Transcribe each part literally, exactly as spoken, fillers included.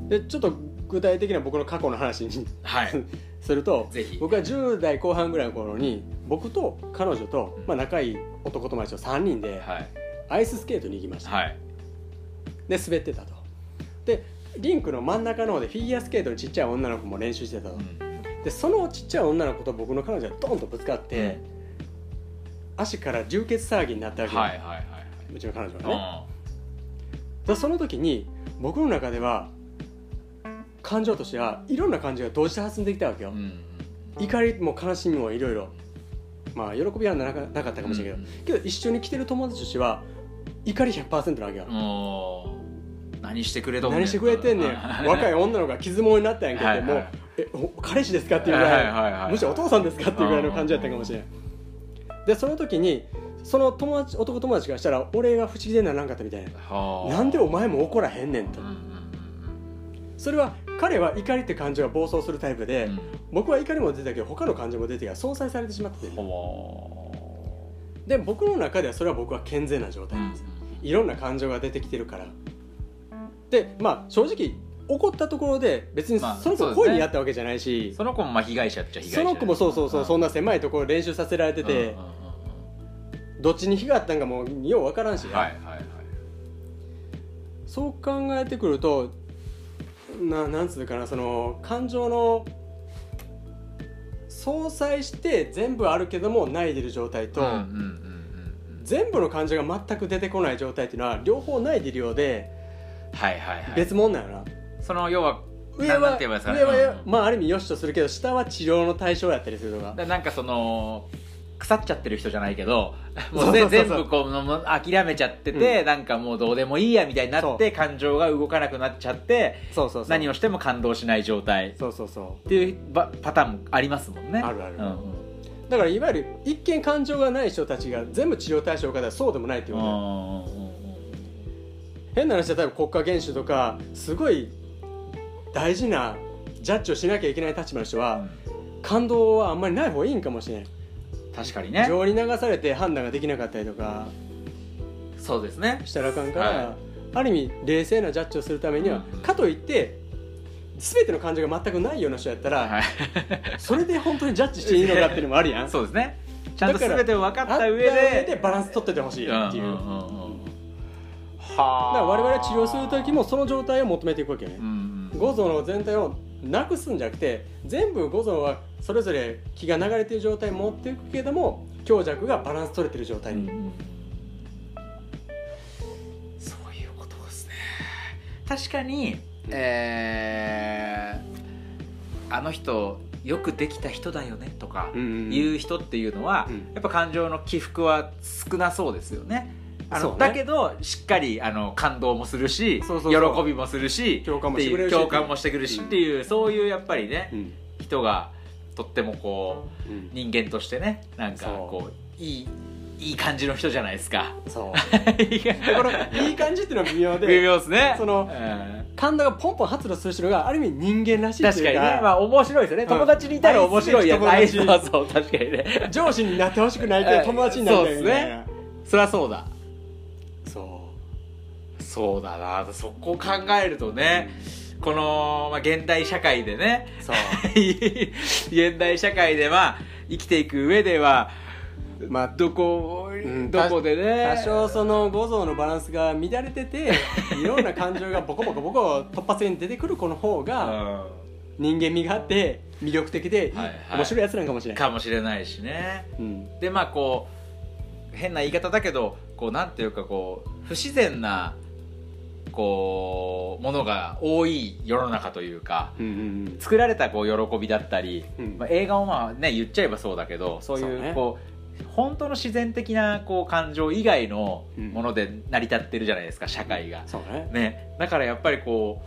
でちょっと具体的な僕の過去の話に、はい、するとぜひ。 僕はじゅう代後半ぐらいの頃に僕と彼女と、まあ、仲いい男友達とさんにんでアイススケートに行きました、はい、で滑ってたと。でリンクの真ん中の方でフィギュアスケートのちっちゃい女の子も練習してたと、うん、でそのちっちゃい女の子と僕の彼女がドンとぶつかって、うん、足から充血騒ぎになったわけよ、はいはいはいはい、うちの彼女がね、うん、でその時に僕の中では感情としてはいろんな感情が同時多発にできたわけよ、うん、怒りも悲しみもいろいろ、まあ喜びはなかったかもしれないけど、うん、けど一緒に来てる友達としては怒り ひゃくパーセント なわけよ。 何してくれとんねん何してくれてんねん若い女の子が傷もになったんやけど、はいはい、もうえ彼氏ですかっていうぐらい、はいはいはいはい、むしろお父さんですかっていうぐらいの感じだったかもしれない。でその時にその友達男友達がしたら俺が不思議でならんかったみたいな、なんでお前も怒らへんねんと、うん、それは彼は怒りって感情が暴走するタイプで、うん、僕は怒りも出たけど他の感情も出てから相殺されてしまってて、で僕の中ではそれは僕は健全な状態なんですよ、うん、いろんな感情が出てきてるから。でまあ正直怒ったところで別にその子故意にやったわけじゃないし、 まあ そ, ね、その子もまあ被害者っちゃ被害者、 その子もそうそうそう、うん、そんな狭いところ練習させられてて、うんうんうん、どっちに非があったんかもうよう分からんし、はいはいはい、そう考えてくると な, なんつうかな、その感情の相殺して全部あるけどもないでる状態と、うんうんうんうん、全部の感情が全く出てこない状態っていうのは両方ないでるようで、はいはいはい、別物なんやな。 その要は上は上は、まあ、ある意味良しとするけど下は治療の対象やったりするとか、 だなんかその腐っちゃってる人じゃないけどもう全部こう諦めちゃってて、うん、なんかもうどうでもいいやみたいになって感情が動かなくなっちゃって、そうそうそう、何をしても感動しない状態、そうそうそうっていうパターンもありますもんね。 あるある、うんうん、だからいわゆる一見感情がない人たちが全部治療対象かではそうでもないっていうことだよ、うんうん、変な話で例えば国家元首とかすごい大事なジャッジをしなきゃいけない立場の人は、うん、感動はあんまりない方がいいんかもしれない。 確かにね、 情に流されて判断ができなかったりとかそうですねしたらあかんから、はい、ある意味冷静なジャッジをするためには、うん、かといって全ての感情が全くないような人やったら、はい、それで本当にジャッジしていいのかっていうのもあるやんそうですね、ちゃんと全てを分かった上 で, 上でバランス取っててほしいっていう、うんうんうんうん、はだから我々は治療する時もその状態を求めていくわけよね、うんうん、五臓の全体をなくすんじゃなくて全部五臓はそれぞれ気が流れている状態に持っていくけども強弱がバランス取れている状態に、うんうん、 そういうことですね。確かに、えー、あの人よくできた人だよねとかいう人っていうのは、うんうん、やっぱ感情の起伏は少なそうですよね。あのね、だけどしっかりあの感動もするし、そうそうそう、喜びもするし、共感もしてくれるし、共感もしてくるしっていう、うん、そういうやっぱりね、うん、人がとってもこう、うん、人間としてね、なんかこういいいい感じの人じゃないですか。そう。 いい感じっていうのは微妙で、 微妙ですね。 その、うん、感動がポンポン発露する人がある意味人間らしいっていうか、 確かにね、まあ面白いですよね。友達にいたら面白いやつ、愛すべき友達、そう確かにね。 上司になってほしくないけど友達になりたいみたいな。そうですね。 そりゃそうだ。そうそうだな、そこを考えるとね、うん、この、まあ、現代社会でね、そう現代社会でまあ生きていく上では、まあ、どこ、うん、どこでね多少その五臓のバランスが乱れてていろんな感情がボコボコボコ突発的に出てくる子の方が人間味があって魅力的で、はいはい、面白いやつなんかもしれないかもしれないしね、うん、でまあこう変な言い方だけどこうなんていうかこう不自然なこうものが多い世の中というか、うんうんうん、作られたこう喜びだったり、うんまあ、映画もまあね言っちゃえばそうだけどそういうこう本当の自然的なこう感情以外のもので成り立ってるじゃないですか、社会が、そうね、ね、だからやっぱりこ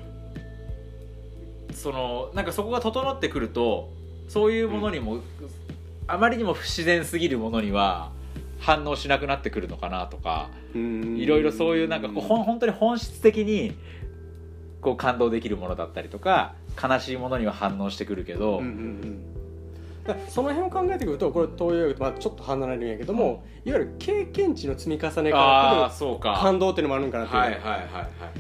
うそのなんかそこが整ってくるとそういうものにも、うん、あまりにも不自然すぎるものには反応しなくなってくるのかなとか、いろいろそういうなんかこう本当に本質的にこう感動できるものだったりとか悲しいものには反応してくるけど、うんうんうん、 だその辺を考えてくるとこれ東洋医学とまあちょっと離れるんやけども、うん、いわゆる経験値の積み重ねから来る感動っていうのもあるんかなっていう、はいはいはいはい、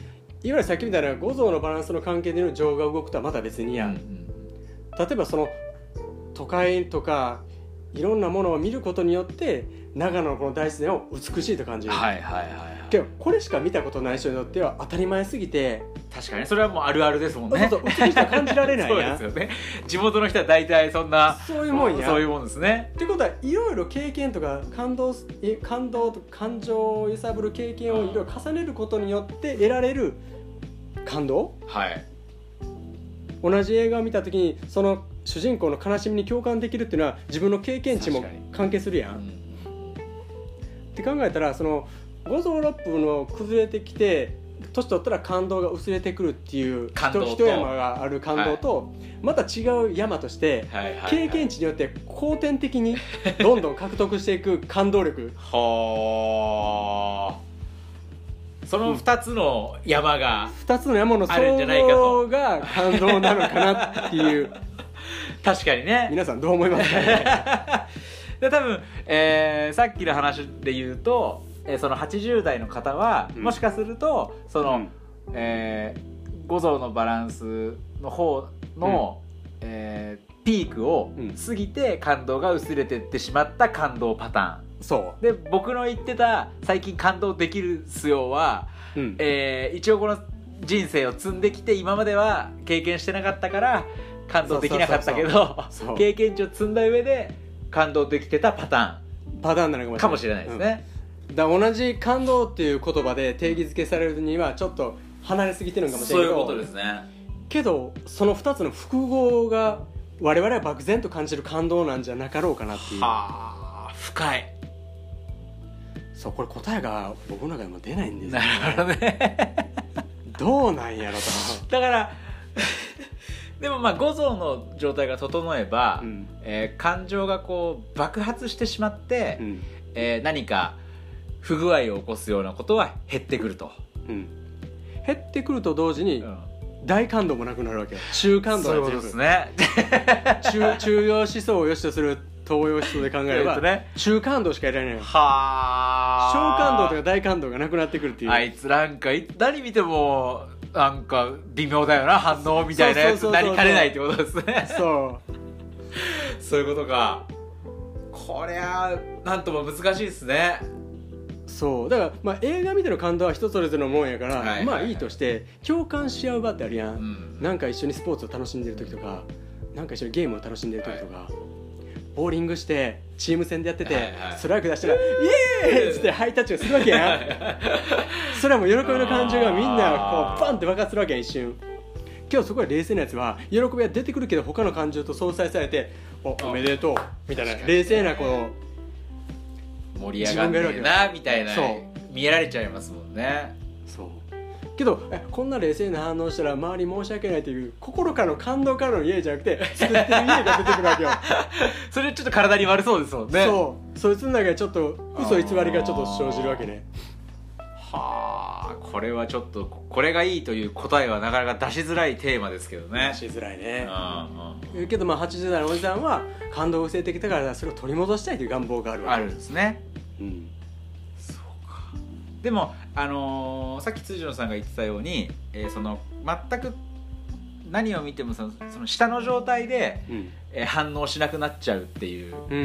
いわゆるさっきみたいな五臓のバランスの関係での情が動くとはまた別にや、うんうん、例えばその都会とかいろんなものを見ることによって長野のこの大自然を美しいと感じる、 はいはいはいはい、 けどこれしか見たことない人にとっては当たり前すぎて、 確かにそれはもうあるあるですもんね。 そうそう、美しさ感じられないやそうですよね。地元の人は大体そんなそういうもんや、 そういうもんですね。 ってことはいろいろ経験とか感動感動と感情を揺さぶる経験をいろいろ重ねることによって得られる感動、 はい、 同じ映画を見た時にその主人公の悲しみに共感できるっていうのは自分の経験値も関係するやん、うん、って考えたらその五臓六腑の崩れてきて年取ったら感動が薄れてくるっていう一山がある感動と、はい、また違う山として、はいはいはい、経験値によって後天的にどんどん獲得していく感動力はあ、そのふたつの山がふたつの山の総合が感動なのかなっていう確かにね。 皆さんどう思いますかねで多分、えー、さっきの話で言うと、えー、そのはちじゅう代の方は、うん、もしかするとその、うんえー、五臓のバランスの方の、うんえー、ピークを過ぎて感動が薄れてってしまった感動パターン、 そうで僕の言ってた最近感動できるすよは、うんえー、一応この人生を積んできて今までは経験してなかったから感動できなかったけど経験値を積んだ上で感動できてたパターンパターンなのかもしれないですね、 うん、だ同じ感動っていう言葉で定義づけされるにはちょっと離れすぎてるのかもしれないけど、 そういうことですね。 けどそのふたつの複合が我々は漠然と感じる感動なんじゃなかろうかなっていう。 はあ、深い。 そう、これ答えが僕の中でも出ないんですよ、 ね、なるほどねどうなんやろとだからでもまあ五臓の状態が整えば、うんえー、感情がこう爆発してしまって、うんえー、何か不具合を起こすようなことは減ってくると、うん、 減ってくると同時に、うん、大感動もなくなるわけよ。中感動が強く、 そうですね中, 中庸思想を良しとする東洋思想で考えれば、ね、中感動しか得られない。 は小感動とか大感動がなくなってくるっていう。 あいつなんか何見てもなんか微妙だよな反応みたいなやつになりかねないってことですね。 そうそういうことか。こりゃなんとも難しいですね。 そうだから、まあ、映画見ての感動は人それぞれのもんやから、はいはいはい、まあいいとして共感し合う場ってあるやん、うん、なんか一緒にスポーツを楽しんでる時とかなんか一緒にゲームを楽しんでる時とか、はい、ボーリングしてチーム戦でやってて、はいはい、ストライク出したらイエーイってハイタッチをするわけやんそれはもう喜びの感情がみんなこうバンって爆発するわけやん一瞬。今日そこで冷静なやつは喜びは出てくるけど他の感情と相殺されて お, おめでとうみたいな冷静なこう盛り上がんねえなみたいな見えられちゃいますもんね。 そうけどえこんな冷静な反応したら周り申し訳ないという心からの感動からの家じゃなくて作ってる家が出てくるわけよそれちょっと体に悪そうですもんね。 そうそいつの中でちょっと嘘偽りがちょっと生じるわけね。 はあ、これはちょっとこれがいいという答えはなかなか出しづらいテーマですけどね。 出しづらいね。うん、うん、けどまあはちじゅう代のおじさんは感動を薄れてきたからそれを取り戻したいという願望があるわけあるんですね。うん、そうか。でもあのー、さっき辻野さんが言ってたように、えー、その全く何を見てもその、その下の状態で、うんえー、反応しなくなっちゃうっていう、うんうん、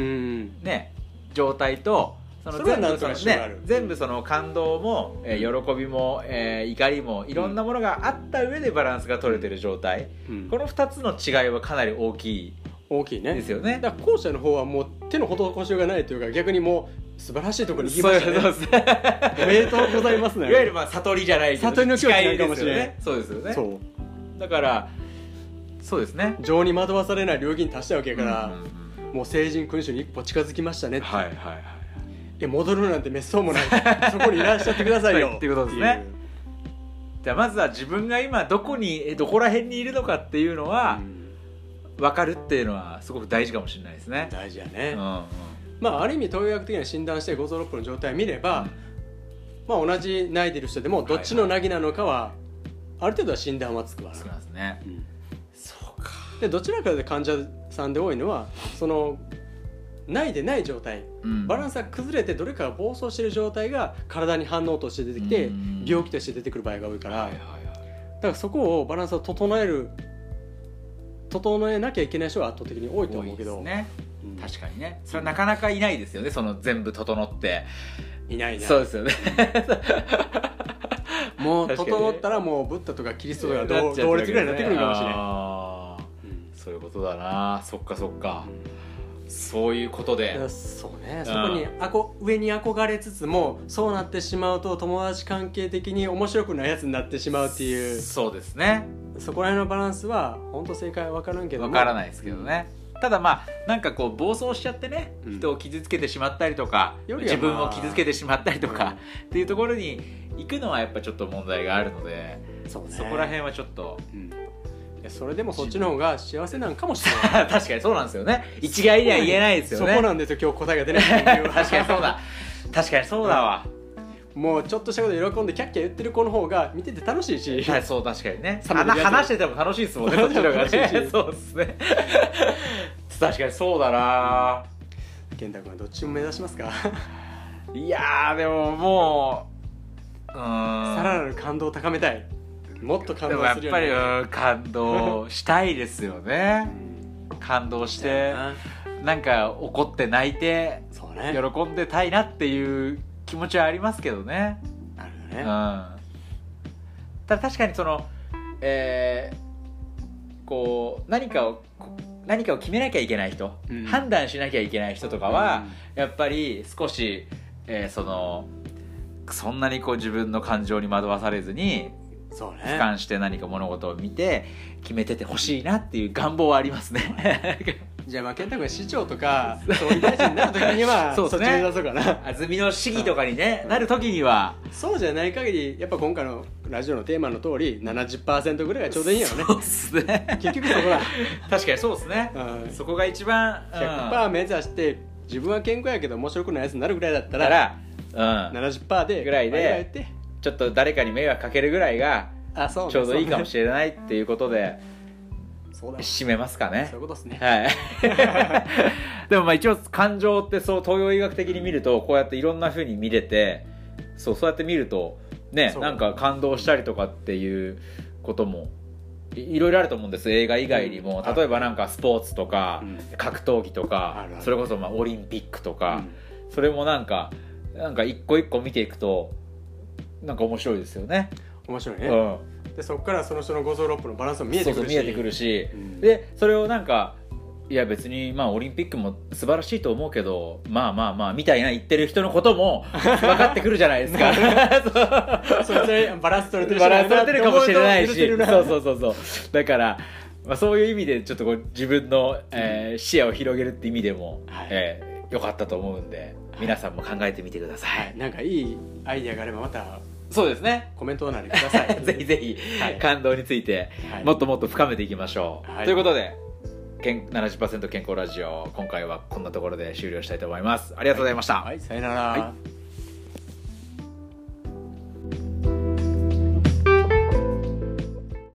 ね状態と。その全部その、ね、全部その感動も、えー、喜びも、えー、怒りもいろんなものがあった上でバランスが取れてる状態、うん、このふたつの違いはかなり大きい大きいねですよね。 だから後者の方はもう手の施しようがないというか逆にもう素晴らしいところに行きましたね。そうですねおめでとうございますね。 いわゆるまあ悟りじゃないけど悟りの境地かもしれない。 そうですよね。そうだからそうですね情に惑わされない領域に達したわけやから、うんうんうん、もう聖人君主に一歩近づきましたねって、 はいはいはい、 いや戻るなんてめっそうもないそこにいらっしゃってくださいよっていうことですね。じゃあまずは自分が今どこにどこら辺にいるのかっていうのは、うん、分かるっていうのはすごく大事かもしれないですね。 大事やね、うんうん、まあある意味東洋医学的な診断して五臓六腑の状態を見れば、うん、まあ同じ泣いてる人でもどっちの泣きなのかは、はいはい、ある程度は診断はつくわな。 つきますね、うん、そうか。 でどちらかで患者さんで多いのはそのないでない状態、うん、バランスが崩れてどれかが暴走している状態が体に反応として出てきて、うん、病気として出てくる場合が多いから、はいはいはい、 だからそこをバランスを整える整えなきゃいけない人が圧倒的に多いと思うけど、 多いですね、うん、確かにね。それはなかなかいないですよね、その全部整っていないいない。 そうですよねもう整ったらもうブッダとかキリストとか同, 同列ぐらいになってくるかもしれない。 あ、うん、そういうことだな。そっかそっか、うん、そういうことで、 そうね、そこにあこ上に憧れつつもそうなってしまうと友達関係的に面白くないやつになってしまうっていう。 そうですね、 そこら辺のバランスは本当正解は分からんけども、 分からないですけどね、うん、ただまあなんかこう暴走しちゃってね、うん、人を傷つけてしまったりとか、まあ、自分を傷つけてしまったりとか、うん、っていうところに行くのはやっぱちょっと問題があるので、そうね、そこら辺はちょっと、うん、いやそれでもそっちの方が幸せなんかもしれない確かにそうなんですよね、一概には言えないですよね。 そこなんですよ今日答えが出ないっていう確かにそうだ確かにそうだわ、 うん、もうちょっとしたことで喜んでキャッキャ言ってる子の方が見てて楽しいし、 はい、そう確かにね、話してても楽しいですもんね、そっちの方がねそうですね確かにそうだな。 健太君はどっちも目指しますかいやーでももう、うーん、 さらなる感動を高めたい、もっと感動するように、 でもやっぱり感動したいですよね感動してなんか怒って泣いて、そうね、喜んでたいなっていう気持ちはありますけどね。 なるほどね、うん、 ただ確かにその、えー、こう何かを何かを決めなきゃいけない人、うん、判断しなきゃいけない人とかは、うん、やっぱり少し、えー、そのそんなにこう自分の感情に惑わされずに、そうね、俯瞰して何か物事を見て決めててほしいなっていう願望はありますねじゃあまあ健太君が市長とか総理大臣になる時にはそうですね、そっち目指そうかな。 安住の市議とかに、ね、なる時にはそうじゃない限りやっぱ今回のラジオのテーマの通り ななじゅっパーセント ぐらいがちょうどいいんやろね。 そうですね結局そこだ確かにそうですね、うん、そこが一番、うん、 ひゃくパーセント 目指して自分は健康やけど面白くないやつになるぐらいだったら、うん、ななじゅっパーセント でぐらいでちょっと誰かに迷惑かけるぐらいがあそう、ね、 ちょうどいいかもしれないっていうことでそうだ締めますかね。 そういうことですね、 はいでもまあ一応感情ってそう東洋医学的に見るとこうやっていろんな風に見れて、そうそうやって見るとね、なんか感動したりとかっていうことも い, いろいろあると思うんです。映画以外にも、うん、例えばなんかスポーツとか、うん、格闘技とか、うん、それこそまあオリンピックとか、うん、それもなんかなんか一個一個見ていくとなんか面白いですよね。 面白いね、うん、でそこからその人の五臓六腑のバランスも見えてくるし、 そうそう見えてくるし、うん、でそれをなんかいや別にまあオリンピックも素晴らしいと思うけどまあまあまあみたいな言ってる人のことも分かってくるじゃないですかそうそれバランス取れてるバランス取れてるかもしれないしそうそうそうそうだから、まあ、そういう意味でちょっとこう自分の、えー、視野を広げるって意味でも、はい、えー、よかったと思うんで皆さんも考えてみてください、はい、 なんかいいアイデアがあればまたそうですねコメントなりくださいぜひぜひ、はい、感動についてもっともっと深めていきましょう、はい、ということで ななじゅっパーセント 健康ラジオ今回はこんなところで終了したいと思います。ありがとうございました、 はいはい、さよなら、はい。